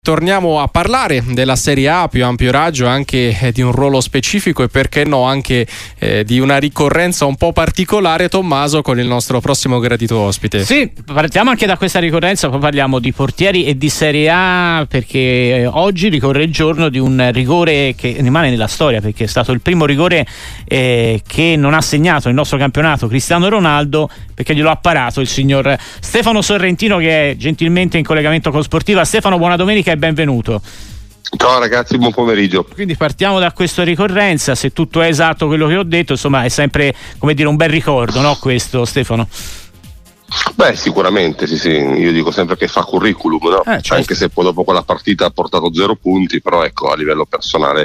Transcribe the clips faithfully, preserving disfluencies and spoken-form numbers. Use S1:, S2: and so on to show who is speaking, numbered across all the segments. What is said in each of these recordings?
S1: Torniamo a parlare della Serie A a più ampio raggio, anche eh, di un ruolo specifico e perché no anche eh, di una ricorrenza un po' particolare, Tommaso, con il nostro prossimo gradito ospite.
S2: Sì, partiamo anche da questa ricorrenza, poi parliamo di portieri e di Serie A, perché eh, oggi ricorre il giorno di un rigore che rimane nella storia, perché è stato il primo rigore eh, che non ha segnato il nostro campionato Cristiano Ronaldo, perché glielo ha parato il signor Stefano Sorrentino, che è gentilmente in collegamento con Sportiva. Stefano, buona domenica e benvenuto.
S3: Ciao ragazzi, buon pomeriggio.
S2: Quindi partiamo da questa ricorrenza, se tutto è esatto quello che ho detto, insomma è sempre, come dire, un bel ricordo, no, questo, Stefano?
S3: Beh, sicuramente, sì, sì, io dico sempre che fa curriculum, no?
S2: Eh, certo.
S3: Anche se poi dopo quella partita ha portato zero punti, però ecco, a livello personale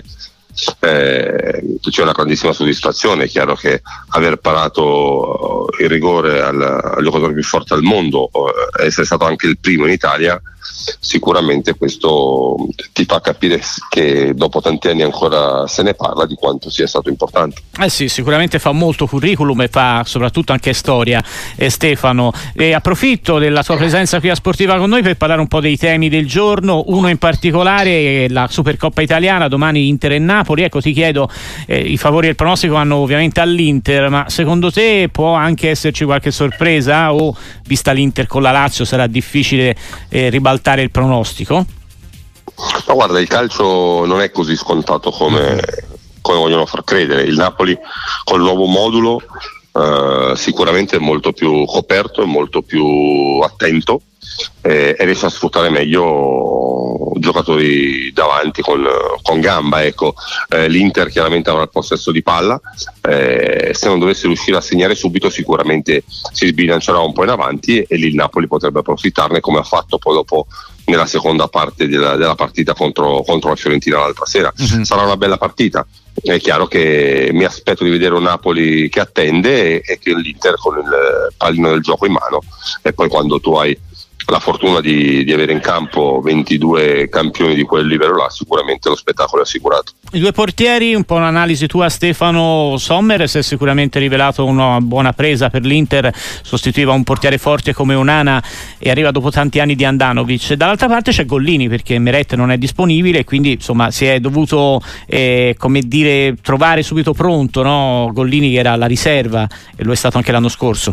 S3: eh, c'è una grandissima soddisfazione. È chiaro che aver parato il rigore al, al giocatore più forte al mondo, eh, essere stato anche il primo in Italia, sicuramente questo ti fa capire che dopo tanti anni ancora se ne parla di quanto sia stato importante.
S2: Eh sì, sicuramente fa molto curriculum e fa soprattutto anche storia, eh, Stefano. E approfitto della sua presenza qui a Sportiva con noi per parlare un po' dei temi del giorno, uno in particolare la Supercoppa italiana, domani Inter e Napoli. Ecco, ti chiedo, eh, i favori del pronostico vanno ovviamente all'Inter, ma secondo te può anche esserci qualche sorpresa, o vista l'Inter con la Lazio sarà difficile eh, ribaltare il pronostico?
S3: Ma guarda, il calcio non è così scontato come, come vogliono far credere. Il Napoli col nuovo modulo eh, sicuramente è molto più coperto, è molto più attento eh, e riesce a sfruttare meglio giocatori davanti con, con gamba, ecco. eh, L'Inter chiaramente avrà il possesso di palla, eh, se non dovesse riuscire a segnare subito sicuramente si sbilancerà un po' in avanti e lì il Napoli potrebbe approfittarne, come ha fatto poi dopo nella seconda parte della, della partita contro, contro la Fiorentina l'altra sera. Uh-huh. Sarà una bella partita. È chiaro che mi aspetto di vedere un Napoli che attende e, e che l'Inter con il pallino del gioco in mano, e poi quando tu hai la fortuna di, di avere in campo ventidue campioni di quel livello là, sicuramente lo spettacolo è assicurato.
S2: I due portieri, un po' un'analisi tua, Stefano. Sommer si è sicuramente rivelato una buona presa per l'Inter, sostituiva un portiere forte come Onana e arriva dopo tanti anni di Andanovic. Dall'altra parte c'è Gollini, perché Meret non è disponibile e quindi insomma si è dovuto eh, come dire trovare subito pronto, no? Gollini, che era alla riserva e lo è stato anche l'anno scorso.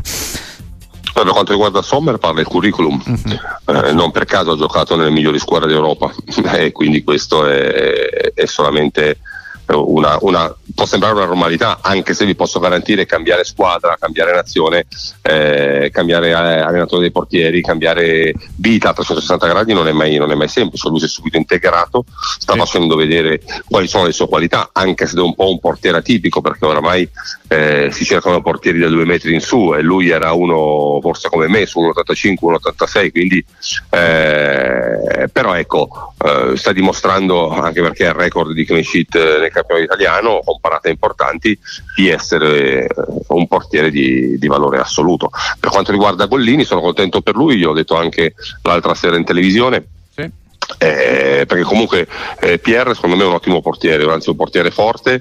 S3: Per quanto riguarda Sommer parla il curriculum, uh-huh. eh, non per caso ha giocato nelle migliori squadre d'Europa e quindi questo è, è solamente una, una può sembrare una normalità, anche se vi posso garantire cambiare squadra, cambiare nazione, eh, cambiare allenatore dei portieri, cambiare vita a trecentosessanta gradi non è mai, non è mai semplice. Lui si è subito integrato, sta sì. facendo vedere quali sono le sue qualità, anche se è un po' un portiere atipico, perché oramai eh, si cercano portieri da due metri in su e lui era uno forse come me, su uno virgola ottantacinque, uno virgola ottantasei, quindi eh, però ecco eh, sta dimostrando, anche perché è il record di clean sheet nel campionato italiano con parate importanti, di essere un portiere di, di valore assoluto. Per quanto riguarda Gollini, sono contento per lui, io l'ho detto anche l'altra sera in televisione. Sì. Eh, perché comunque eh, Pierre secondo me è un ottimo portiere, anzi un portiere forte, eh,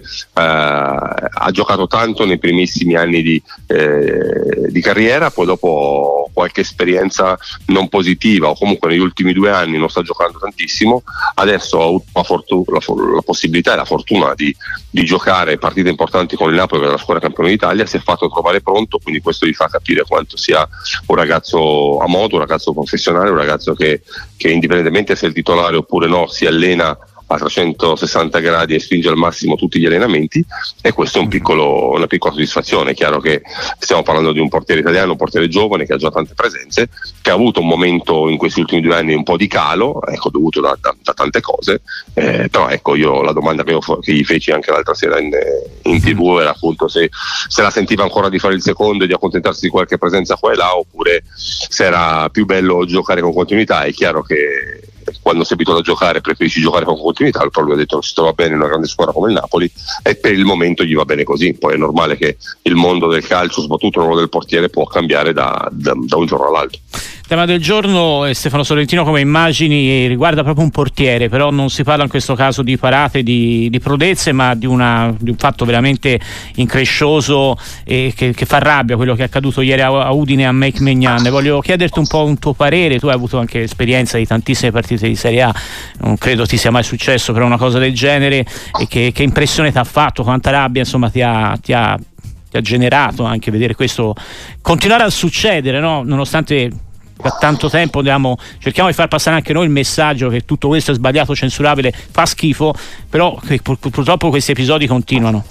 S3: ha giocato tanto nei primissimi anni di, eh, di carriera, poi dopo qualche esperienza non positiva o comunque negli ultimi due anni non sta giocando tantissimo. Adesso ha avuto la, fortuna, la, la possibilità e la fortuna di, di giocare partite importanti con il Napoli, che è la squadra campione d'Italia, si è fatto trovare pronto, quindi questo gli fa capire quanto sia un ragazzo a modo, un ragazzo professionale, un ragazzo che, che indipendentemente se il titolare oppure no si allena a trecentosessanta gradi e spinge al massimo tutti gli allenamenti, e questo è un piccolo, una piccola soddisfazione. È chiaro che stiamo parlando di un portiere italiano, un portiere giovane che ha già tante presenze, che ha avuto un momento in questi ultimi due anni un po' di calo, ecco, dovuto da, da, da tante cose, eh, però ecco, io la domanda che, io, che gli feci anche l'altra sera in, in tv era appunto se, se la sentiva ancora di fare il secondo e di accontentarsi di qualche presenza qua e là, oppure se era più bello giocare con continuità. È chiaro che quando sei abituato a giocare preferisci giocare con continuità, però lui ha detto che si trova bene in una grande squadra come il Napoli e per il momento gli va bene così. Poi è normale che il mondo del calcio, soprattutto il ruolo del portiere, può cambiare da, da, da un giorno all'altro.
S2: Il tema del giorno, eh, Stefano Sorrentino, come immagini, riguarda proprio un portiere, però non si parla in questo caso di parate, di, di prodezze, ma di, una, di un fatto veramente increscioso e che, che fa rabbia, quello che è accaduto ieri a, a Udine a Mike Maignan. Voglio chiederti un po' un tuo parere. Tu hai avuto anche esperienza di tantissime partite di Serie A, non credo ti sia mai successo però una cosa del genere, e che, che impressione ti ha fatto, quanta rabbia insomma ti ha, ti ha, ti ha generato anche vedere questo continuare a succedere, no? Nonostante da tanto tempo andiamo, cerchiamo di far passare anche noi il messaggio che tutto questo è sbagliato, censurabile, fa schifo, però pur, purtroppo questi episodi continuano.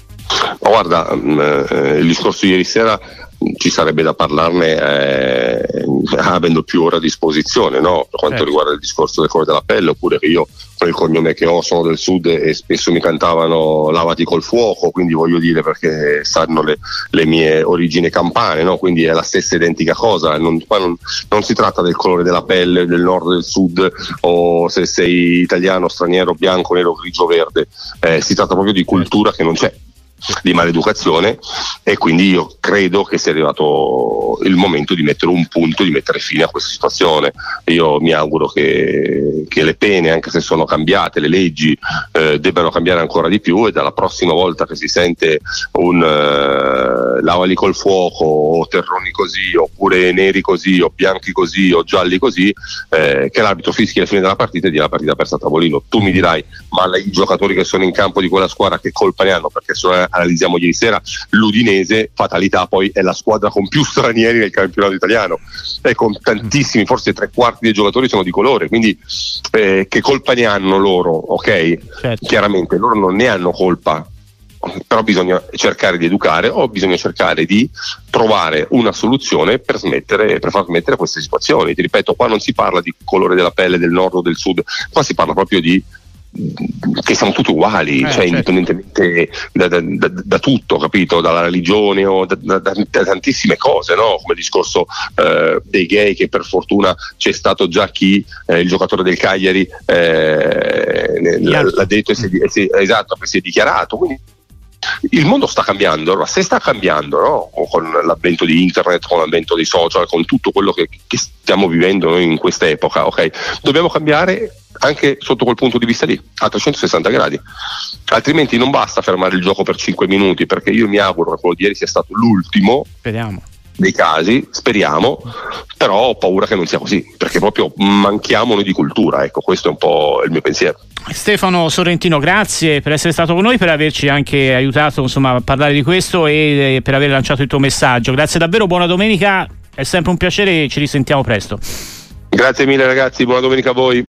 S3: Ma guarda, eh, il discorso di ieri sera ci sarebbe da parlarne eh, avendo più ore a disposizione, no? Per quanto certo. riguarda il discorso del colore della pelle, oppure che io con il cognome che ho sono del sud e spesso mi cantavano lavati col fuoco, quindi voglio dire, perché sanno le, le mie origini campane, no? Quindi è la stessa identica cosa, non, qua non, non si tratta del colore della pelle, del nord, del sud, o se sei italiano, straniero, bianco, nero, grigio, verde, eh, si tratta proprio di cultura che non c'è, di maleducazione, e quindi io credo che sia arrivato il momento di mettere un punto, di mettere fine a questa situazione. Io mi auguro che, che le pene, anche se sono cambiate, le leggi eh, debbano cambiare ancora di più, e dalla prossima volta che si sente un eh, lavali col fuoco, o terroni così, oppure neri così, o bianchi così, o gialli così, eh, che l'arbitro fischi alla fine della partita e dia la partita persa a tavolino. Tu mi dirai, ma i giocatori che sono in campo di quella squadra che colpa ne hanno? Perché sono analizziamo ieri sera, l'Udinese, fatalità, poi è la squadra con più stranieri nel campionato italiano e con tantissimi, forse tre quarti dei giocatori sono di colore, quindi eh, che colpa ne hanno loro? Ok, certo. Chiaramente loro non ne hanno colpa, però bisogna cercare di educare, o bisogna cercare di trovare una soluzione per smettere, per far smettere queste situazioni. Ti ripeto, qua non si parla di colore della pelle del nord o del sud, qua si parla proprio di che siamo tutti uguali, eh, cioè certo. indipendentemente da, da, da, da tutto, capito? Dalla religione o da, da, da tantissime cose, no? Come il discorso eh, dei gay, che per fortuna c'è stato già chi, eh, il giocatore del Cagliari, eh, l'ha, l'ha detto e si, e si, esatto, che si è dichiarato. Quindi il mondo sta cambiando, allora, se sta cambiando, no? Con l'avvento di internet, con l'avvento dei social, con tutto quello che, che stiamo vivendo noi in questa epoca, ok? Dobbiamo cambiare anche sotto quel punto di vista lì, a trecentosessanta gradi, altrimenti non basta fermare il gioco per cinque minuti, perché io mi auguro che quello di ieri sia stato l'ultimo.
S2: Speriamo.
S3: Dei casi, speriamo, però ho paura che non sia così, perché proprio manchiamo noi di cultura, ecco, questo è un po' il mio pensiero.
S2: Stefano Sorrentino, grazie per essere stato con noi, per averci anche aiutato insomma a parlare di questo e per aver lanciato il tuo messaggio. Grazie davvero, buona domenica, è sempre un piacere e ci risentiamo presto.
S3: Grazie mille ragazzi, buona domenica a voi.